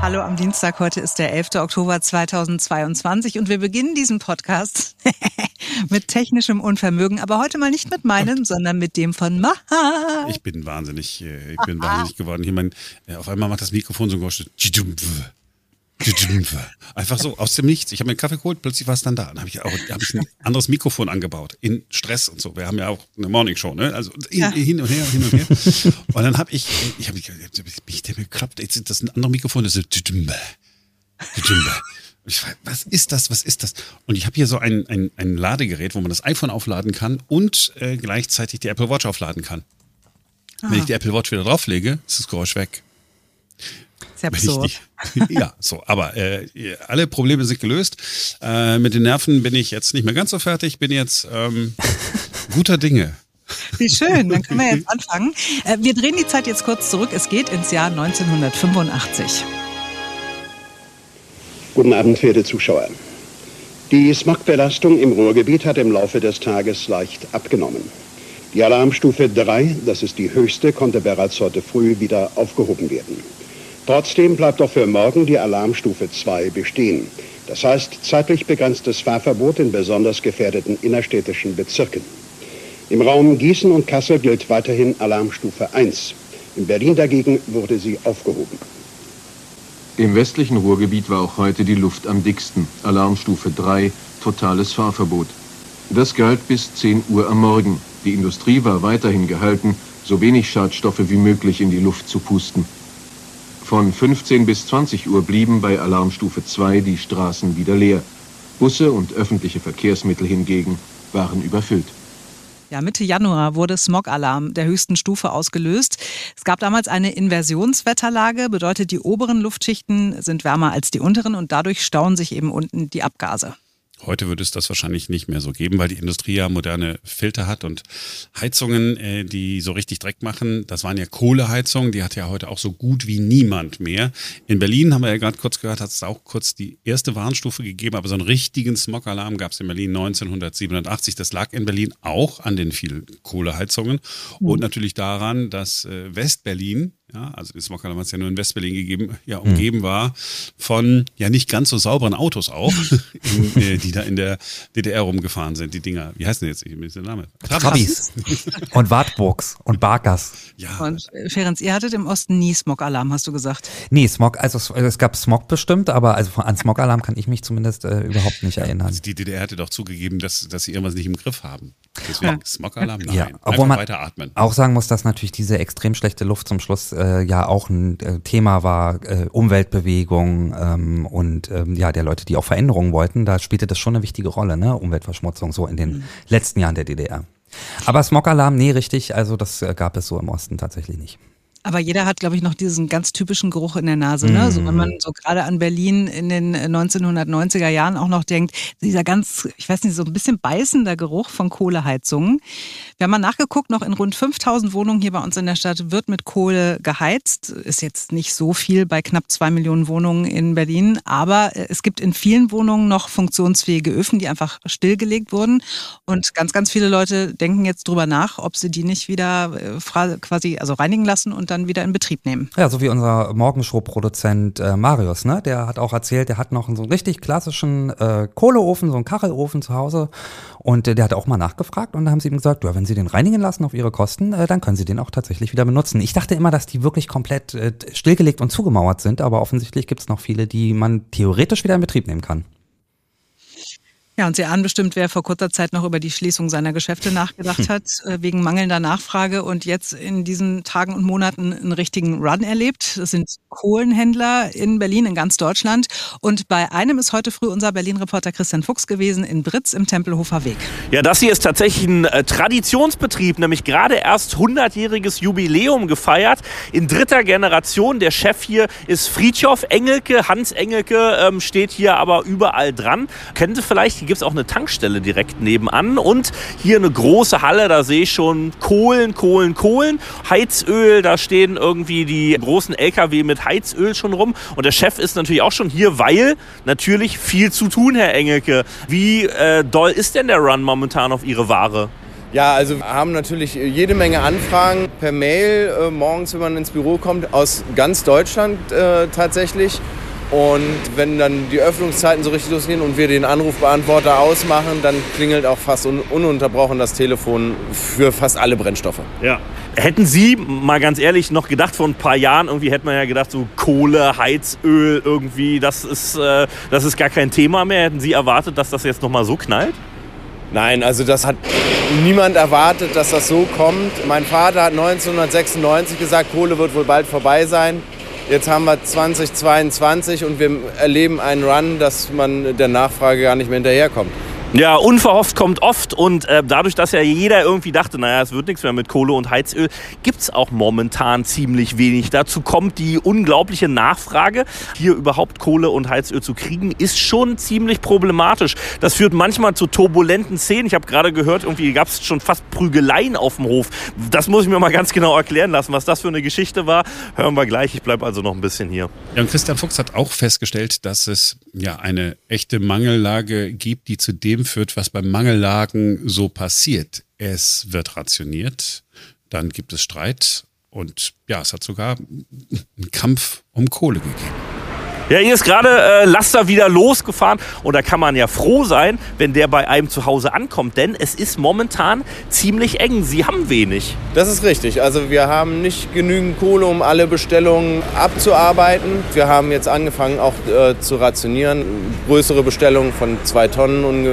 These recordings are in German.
Hallo am Dienstag, heute ist der 11. Oktober 2022 und wir beginnen diesen Podcast mit technischem Unvermögen, aber heute mal nicht mit meinem, sondern mit dem von Maha. Ich bin wahnsinnig geworden. Hier auf einmal macht das Mikrofon so ein Geräusch. Einfach so, aus dem Nichts. Ich habe mir einen Kaffee geholt, plötzlich war es dann da. Dann habe ich ein anderes Mikrofon angebaut, in Stress und so. Wir haben ja auch eine Morningshow, ne? Also hin und her. Und dann habe ich geklappt, jetzt sind das ein anderes Mikrofon, das ist was ist das? Und ich habe hier so ein Ladegerät, wo man das iPhone aufladen kann und gleichzeitig die Apple Watch aufladen kann. Wenn ich die Apple Watch wieder drauflege, ist das Geräusch weg. Sehr absurd. Ja, so, aber alle Probleme sind gelöst. Mit den Nerven bin ich jetzt nicht mehr ganz so fertig, bin jetzt guter Dinge. Wie schön, dann können wir jetzt anfangen. Wir drehen die Zeit jetzt kurz zurück. Es geht ins Jahr 1985. Guten Abend, verehrte Zuschauer. Die Smogbelastung im Ruhrgebiet hat im Laufe des Tages leicht abgenommen. Die Alarmstufe 3, das ist die höchste, konnte bereits heute früh wieder aufgehoben werden. Trotzdem bleibt auch für morgen die Alarmstufe 2 bestehen. Das heißt, zeitlich begrenztes Fahrverbot in besonders gefährdeten innerstädtischen Bezirken. Im Raum Gießen und Kassel gilt weiterhin Alarmstufe 1. In Berlin dagegen wurde sie aufgehoben. Im westlichen Ruhrgebiet war auch heute die Luft am dicksten. Alarmstufe 3, totales Fahrverbot. Das galt bis 10 Uhr am Morgen. Die Industrie war weiterhin gehalten, so wenig Schadstoffe wie möglich in die Luft zu pusten. Von 15 bis 20 Uhr blieben bei Alarmstufe 2 die Straßen wieder leer. Busse und öffentliche Verkehrsmittel hingegen waren überfüllt. Ja, Mitte Januar wurde Smog-Alarm der höchsten Stufe ausgelöst. Es gab damals eine Inversionswetterlage, bedeutet, die oberen Luftschichten sind wärmer als die unteren und dadurch stauen sich eben unten die Abgase. Heute würde es das wahrscheinlich nicht mehr so geben, weil die Industrie ja moderne Filter hat und Heizungen, die so richtig Dreck machen. Das waren ja Kohleheizungen, die hat ja heute auch so gut wie niemand mehr. In Berlin, haben wir ja gerade kurz gehört, hat es auch kurz die erste Warnstufe gegeben, aber so einen richtigen Smog-Alarm gab es in Berlin 1987. Das lag in Berlin auch an den vielen Kohleheizungen und natürlich daran, dass Westberlin, ja, also das Smog-Alarm hat es ja nur in Westberlin gegeben, ja, umgeben war von ja nicht ganz so sauberen Autos auch, die da in der DDR rumgefahren sind, die Dinger. Wie heißen die jetzt? Ich weiß den Namen. Trabis und Wartburgs und Barkers. Ja. Und Ferenc, ihr hattet im Osten nie Smog-Alarm, hast du gesagt? Nee, Smog, also es gab Smog bestimmt, aber also an Smog-Alarm kann ich mich zumindest überhaupt nicht erinnern. Also die DDR hatte doch zugegeben, dass sie irgendwas nicht im Griff haben. Deswegen Smog-Alarm, nein. Ja, obwohl man weiter atmen. Auch sagen muss, dass natürlich diese extrem schlechte Luft zum Schluss ja auch ein Thema war, Umweltbewegung und ja der Leute, die auch Veränderungen wollten, da spielte das schon eine wichtige Rolle, ne? Umweltverschmutzung so in den letzten Jahren der DDR. Aber Smog-Alarm, nee, richtig, also das gab es so im Osten tatsächlich nicht. Aber jeder hat, glaube ich, noch diesen ganz typischen Geruch in der Nase. Ne? So, wenn man so gerade an Berlin in den 1990er Jahren auch noch denkt, dieser ganz, ich weiß nicht, so ein bisschen beißender Geruch von Kohleheizungen. Wir haben mal nachgeguckt, noch in rund 5000 Wohnungen hier bei uns in der Stadt wird mit Kohle geheizt. Ist jetzt nicht so viel bei knapp 2 Millionen Wohnungen in Berlin. Aber es gibt in vielen Wohnungen noch funktionsfähige Öfen, die einfach stillgelegt wurden. Und ganz, ganz viele Leute denken jetzt drüber nach, ob sie die nicht wieder quasi reinigen lassen und dann wieder in Betrieb nehmen. Ja, so wie unser Morgenshow-Produzent Marius, ne? Der hat auch erzählt, der hat noch so einen richtig klassischen Kohleofen, so einen Kachelofen zu Hause und der hat auch mal nachgefragt und da haben sie ihm gesagt, ja, wenn Sie den reinigen lassen auf Ihre Kosten, dann können Sie den auch tatsächlich wieder benutzen. Ich dachte immer, dass die wirklich komplett stillgelegt und zugemauert sind, aber offensichtlich gibt es noch viele, die man theoretisch wieder in Betrieb nehmen kann. Ja, und Sie ahnen bestimmt, wer vor kurzer Zeit noch über die Schließung seiner Geschäfte nachgedacht hat, wegen mangelnder Nachfrage und jetzt in diesen Tagen und Monaten einen richtigen Run erlebt. Das sind Kohlenhändler in Berlin, in ganz Deutschland. Und bei einem ist heute früh unser Berlin-Reporter Christian Fuchs gewesen, in Britz im Tempelhofer Weg. Ja, das hier ist tatsächlich ein Traditionsbetrieb, nämlich gerade erst 100-jähriges Jubiläum gefeiert. In 3. Generation. Der Chef hier ist Fridtjof Engelke. Hans Engelke steht hier aber überall dran. Kennt ihr vielleicht? Hier gibt es auch eine Tankstelle direkt nebenan und hier eine große Halle, da sehe ich schon Kohlen, Heizöl, da stehen irgendwie die großen LKW mit Heizöl schon rum und der Chef ist natürlich auch schon hier, weil natürlich viel zu tun, Herr Engelke. Wie doll ist denn der Run momentan auf Ihre Ware? Ja, also wir haben natürlich jede Menge Anfragen per Mail morgens, wenn man ins Büro kommt, aus ganz Deutschland tatsächlich. Und wenn dann die Öffnungszeiten so richtig losgehen und wir den Anrufbeantworter ausmachen, dann klingelt auch fast ununterbrochen das Telefon für fast alle Brennstoffe. Ja. Hätten Sie, mal ganz ehrlich, noch gedacht, vor ein paar Jahren, irgendwie hätte man ja gedacht, so Kohle, Heizöl, irgendwie, das ist gar kein Thema mehr. Hätten Sie erwartet, dass das jetzt nochmal so knallt? Nein, also das hat niemand erwartet, dass das so kommt. Mein Vater hat 1996 gesagt, Kohle wird wohl bald vorbei sein. Jetzt haben wir 2022 und wir erleben einen Run, dass man der Nachfrage gar nicht mehr hinterherkommt. Ja, unverhofft kommt oft und dadurch, dass ja jeder irgendwie dachte, naja, es wird nichts mehr mit Kohle und Heizöl, gibt's auch momentan ziemlich wenig. Dazu kommt die unglaubliche Nachfrage. Hier überhaupt Kohle und Heizöl zu kriegen, ist schon ziemlich problematisch. Das führt manchmal zu turbulenten Szenen. Ich habe gerade gehört, irgendwie gab es schon fast Prügeleien auf dem Hof. Das muss ich mir mal ganz genau erklären lassen, was das für eine Geschichte war. Hören wir gleich. Ich bleibe also noch ein bisschen hier. Ja, und Christian Fuchs hat auch festgestellt, dass es ja eine echte Mangellage gibt, die zu dem führt, was bei Mangellagen so passiert. Es wird rationiert, dann gibt es Streit und ja, es hat sogar einen Kampf um Kohle gegeben. Ja, hier ist gerade Laster wieder losgefahren und da kann man ja froh sein, wenn der bei einem zu Hause ankommt, denn es ist momentan ziemlich eng. Sie haben wenig. Das ist richtig. Also wir haben nicht genügend Kohle, um alle Bestellungen abzuarbeiten. Wir haben jetzt angefangen auch zu rationieren. Größere Bestellungen von 2 Tonnen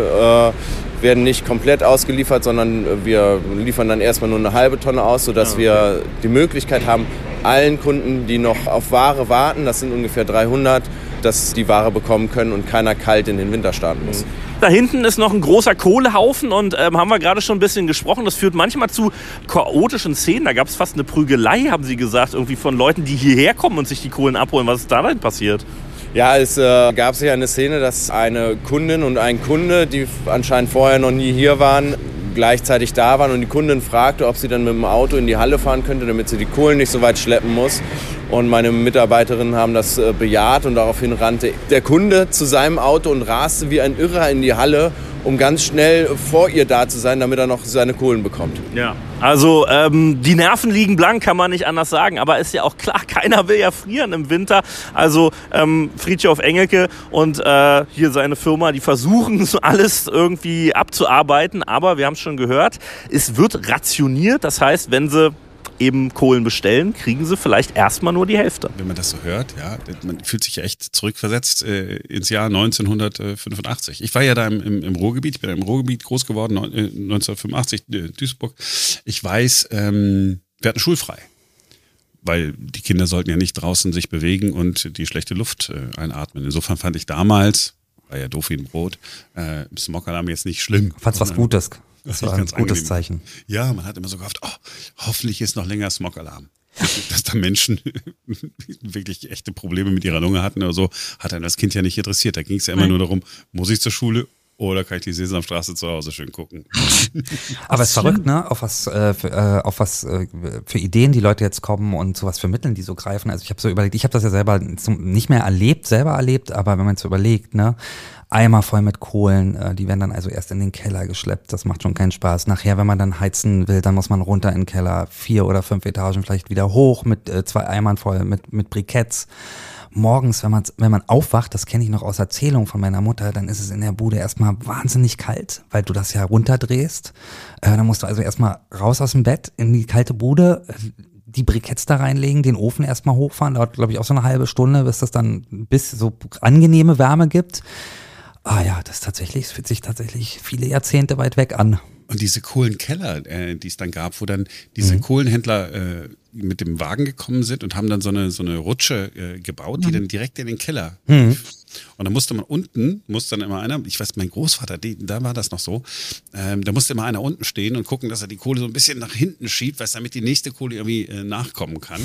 werden nicht komplett ausgeliefert, sondern wir liefern dann erstmal nur eine halbe Tonne aus, sodass wir die Möglichkeit haben, allen Kunden, die noch auf Ware warten, das sind ungefähr 300, dass die Ware bekommen können und keiner kalt in den Winter starten muss. Da hinten ist noch ein großer Kohlehaufen und haben wir gerade schon ein bisschen gesprochen. Das führt manchmal zu chaotischen Szenen. Da gab es fast eine Prügelei, haben Sie gesagt, irgendwie von Leuten, die hierher kommen und sich die Kohlen abholen. Was ist da denn passiert? Ja, es gab sich eine Szene, dass eine Kundin und ein Kunde, die anscheinend vorher noch nie hier waren, gleichzeitig da waren und die Kundin fragte, ob sie dann mit dem Auto in die Halle fahren könnte, damit sie die Kohlen nicht so weit schleppen muss. Und meine Mitarbeiterinnen haben das bejaht und daraufhin rannte der Kunde zu seinem Auto und raste wie ein Irrer in die Halle, um ganz schnell vor ihr da zu sein, damit er noch seine Kohlen bekommt. Ja, also die Nerven liegen blank, kann man nicht anders sagen. Aber ist ja auch klar, keiner will ja frieren im Winter. Also Fridtjof Engelke und hier seine Firma, die versuchen so alles irgendwie abzuarbeiten. Aber wir haben es schon gehört, es wird rationiert. Das heißt, wenn sie eben Kohlen bestellen, kriegen sie vielleicht erstmal nur die Hälfte. Wenn man das so hört, ja, man fühlt sich ja echt zurückversetzt ins Jahr 1985. Ich war ja da im Ruhrgebiet, ich bin im Ruhrgebiet groß geworden, 1985, Duisburg. Ich weiß, wir hatten schulfrei, weil die Kinder sollten ja nicht draußen sich bewegen und die schlechte Luft einatmen. Insofern fand ich damals, war ja doof wie ein Brot, Smogalarm jetzt nicht schlimm. Fand's was Gutes. Das war ein gutes angenehm. Zeichen. Ja, man hat immer so gehofft, hoffentlich ist noch länger Smogalarm. Dass da Menschen wirklich echte Probleme mit ihrer Lunge hatten oder so, hat einen das Kind ja nicht interessiert. Da ging es ja immer nur darum, muss ich zur Schule oder kann ich die Sesamstraße zu Hause schön gucken? Aber es ist verrückt, ne? Auf was für Ideen die Leute jetzt kommen und zu was für Mitteln die so greifen. Also ich habe so überlegt, ich habe das ja selber nicht mehr selber erlebt, aber wenn man es so überlegt, ne? Eimer voll mit Kohlen, die werden dann also erst in den Keller geschleppt, das macht schon keinen Spaß. Nachher, wenn man dann heizen will, dann muss man runter in den Keller, 4 oder 5 Etagen vielleicht wieder hoch mit 2 Eimern voll mit Briketts. Morgens, wenn man aufwacht, das kenne ich noch aus Erzählung von meiner Mutter, dann ist es in der Bude erstmal wahnsinnig kalt, weil du das ja runterdrehst. Dann musst du also erstmal raus aus dem Bett in die kalte Bude, die Briketts da reinlegen, den Ofen erstmal hochfahren, dauert glaube ich auch so eine halbe Stunde, bis das dann so angenehme Wärme gibt. Ah ja, es fühlt sich tatsächlich viele Jahrzehnte weit weg an. Und diese Kohlenkeller, die es dann gab, wo dann diese Kohlenhändler mit dem Wagen gekommen sind und haben dann so eine Rutsche gebaut, die dann direkt in den Keller lief. Und dann musste dann immer einer, ich weiß, mein Großvater, da war das noch so, da musste immer einer unten stehen und gucken, dass er die Kohle so ein bisschen nach hinten schiebt, damit die nächste Kohle irgendwie nachkommen kann.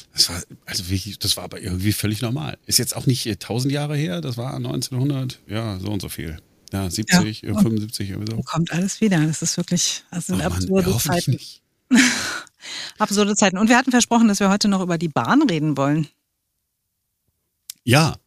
Das war aber irgendwie völlig normal. Ist jetzt auch nicht 1000 Jahre her, das war 1900, ja, so und so viel. Ja, 70, 75 oder so. Kommt alles wieder. Das ist wirklich absurde Zeiten. Nicht. Absurde Zeiten. Und wir hatten versprochen, dass wir heute noch über die Bahn reden wollen. Ja,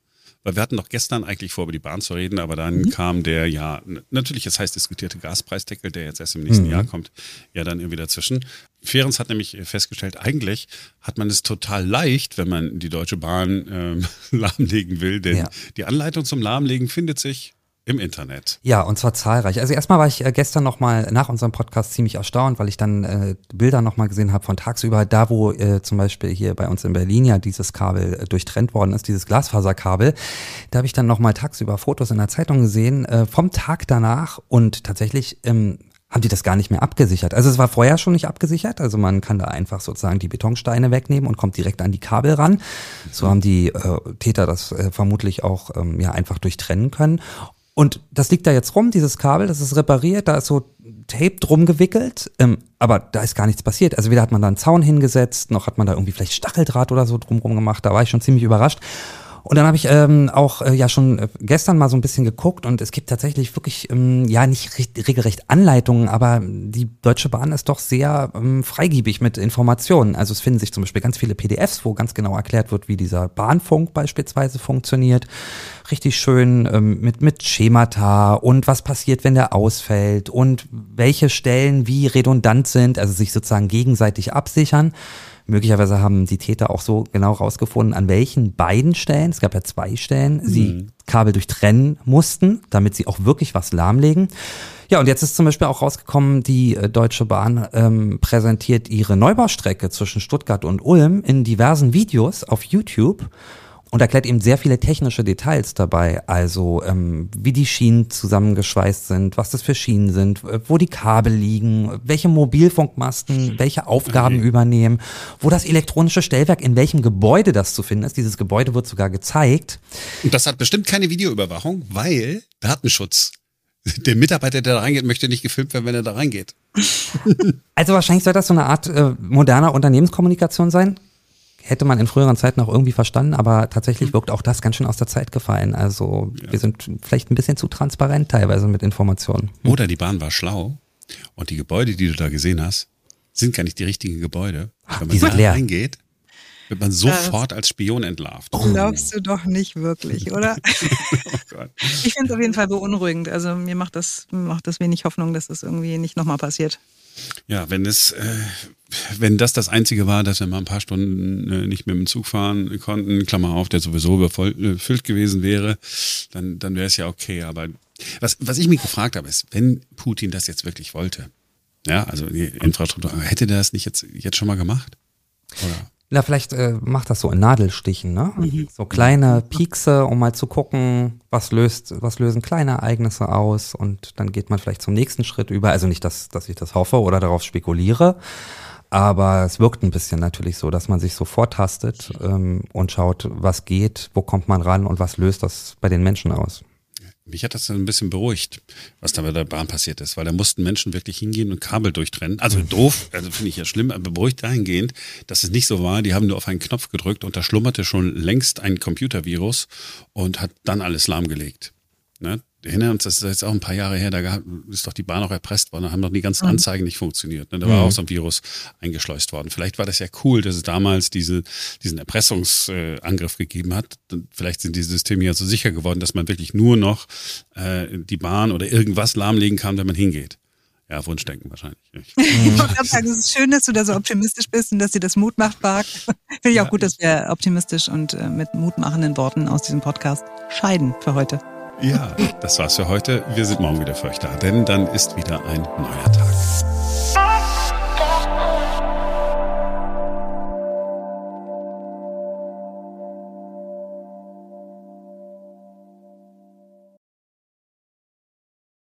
weil wir hatten doch gestern eigentlich vor, über die Bahn zu reden, aber dann kam der natürlich jetzt heiß diskutierte Gaspreisdeckel, der jetzt erst im nächsten Jahr kommt, ja dann irgendwie dazwischen. Ferenc hat nämlich festgestellt, eigentlich hat man es total leicht, wenn man die Deutsche Bahn lahmlegen will, denn die Anleitung zum Lahmlegen findet sich im Internet. Ja, und zwar zahlreich. Also erstmal war ich gestern nochmal nach unserem Podcast ziemlich erstaunt, weil ich dann Bilder nochmal gesehen habe von tagsüber, da wo zum Beispiel hier bei uns in Berlin ja dieses Kabel durchtrennt worden ist, dieses Glasfaserkabel. Da habe ich dann nochmal tagsüber Fotos in der Zeitung gesehen vom Tag danach und tatsächlich haben die das gar nicht mehr abgesichert. Also es war vorher schon nicht abgesichert, also man kann da einfach sozusagen die Betonsteine wegnehmen und kommt direkt an die Kabel ran. So haben die Täter das vermutlich auch einfach durchtrennen können. Und das liegt da jetzt rum, dieses Kabel, das ist repariert, da ist so Tape drum gewickelt, aber da ist gar nichts passiert. Also weder hat man da einen Zaun hingesetzt, noch hat man da irgendwie vielleicht Stacheldraht oder so drumrum gemacht, da war ich schon ziemlich überrascht. Und dann habe ich auch schon gestern mal so ein bisschen geguckt und es gibt tatsächlich wirklich, nicht regelrecht Anleitungen, aber die Deutsche Bahn ist doch sehr freigebig mit Informationen. Also es finden sich zum Beispiel ganz viele PDFs, wo ganz genau erklärt wird, wie dieser Bahnfunk beispielsweise funktioniert. Richtig schön mit Schemata und was passiert, wenn der ausfällt und welche Stellen wie redundant sind, also sich sozusagen gegenseitig absichern. Möglicherweise haben die Täter auch so genau rausgefunden, an welchen beiden Stellen, es gab ja 2 Stellen, sie Kabel durchtrennen mussten, damit sie auch wirklich was lahmlegen. Ja, und jetzt ist zum Beispiel auch rausgekommen, die Deutsche Bahn präsentiert ihre Neubaustrecke zwischen Stuttgart und Ulm in diversen Videos auf YouTube. Und erklärt eben sehr viele technische Details dabei, also wie die Schienen zusammengeschweißt sind, was das für Schienen sind, wo die Kabel liegen, welche Mobilfunkmasten welche Aufgaben übernehmen, wo das elektronische Stellwerk, in welchem Gebäude das zu finden ist. Dieses Gebäude wird sogar gezeigt. Und das hat bestimmt keine Videoüberwachung, weil Datenschutz. Der Mitarbeiter, der da reingeht, möchte nicht gefilmt werden, wenn er da reingeht. Also wahrscheinlich soll das so eine Art moderner Unternehmenskommunikation sein. Hätte man in früheren Zeiten auch irgendwie verstanden, aber tatsächlich wirkt auch das ganz schön aus der Zeit gefallen. Also wir sind vielleicht ein bisschen zu transparent teilweise mit Informationen. Oder die Bahn war schlau und die Gebäude, die du da gesehen hast, sind gar nicht die richtigen Gebäude. Wenn man da reingeht, wird man sofort als Spion entlarvt. Glaubst du doch nicht wirklich, oder? Oh Gott. Ich finde es auf jeden Fall beunruhigend. Also mir macht das wenig Hoffnung, dass das irgendwie nicht nochmal passiert. Ja, wenn das Einzige war, dass wir mal ein paar Stunden nicht mit dem Zug fahren konnten, Klammer auf, der sowieso überfüllt gewesen wäre, dann wäre es ja okay. Aber was ich mich gefragt habe, ist, wenn Putin das jetzt wirklich wollte, ja, also die Infrastruktur, hätte der das nicht jetzt schon mal gemacht? Oder? Na, vielleicht macht das so in Nadelstichen, ne? So kleine Piekse, um mal zu gucken, was lösen kleine Ereignisse aus und dann geht man vielleicht zum nächsten Schritt über. Also nicht, dass ich das hoffe oder darauf spekuliere, aber es wirkt ein bisschen natürlich so, dass man sich so vortastet und schaut, was geht, wo kommt man ran und was löst das bei den Menschen aus. Mich hat das dann ein bisschen beruhigt, was da bei der Bahn passiert ist, weil da mussten Menschen wirklich hingehen und Kabel durchtrennen. Also doof, also finde ich ja schlimm, aber beruhigt dahingehend, dass es nicht so war, die haben nur auf einen Knopf gedrückt und da schlummerte schon längst ein Computervirus und hat dann alles lahmgelegt. Ne? Wir erinnern uns, das ist jetzt auch ein paar Jahre her, da ist doch die Bahn auch erpresst worden, da haben doch die ganzen Anzeigen nicht funktioniert. Ne? Da war auch so ein Virus eingeschleust worden. Vielleicht war das ja cool, dass es damals diesen Erpressungsangriff gegeben hat. Vielleicht sind die Systeme ja so sicher geworden, dass man wirklich nur noch die Bahn oder irgendwas lahmlegen kann, wenn man hingeht. Ja, Wunschdenken wahrscheinlich. Ich wollte gerade sagen, es ist schön, dass du da so optimistisch bist und dass dir das Mut macht, Marc. Finde ich auch gut, dass wir optimistisch und mit mutmachenden Worten aus diesem Podcast scheiden für heute. Ja, das war's für heute. Wir sind morgen wieder für euch da, denn dann ist wieder ein neuer Tag.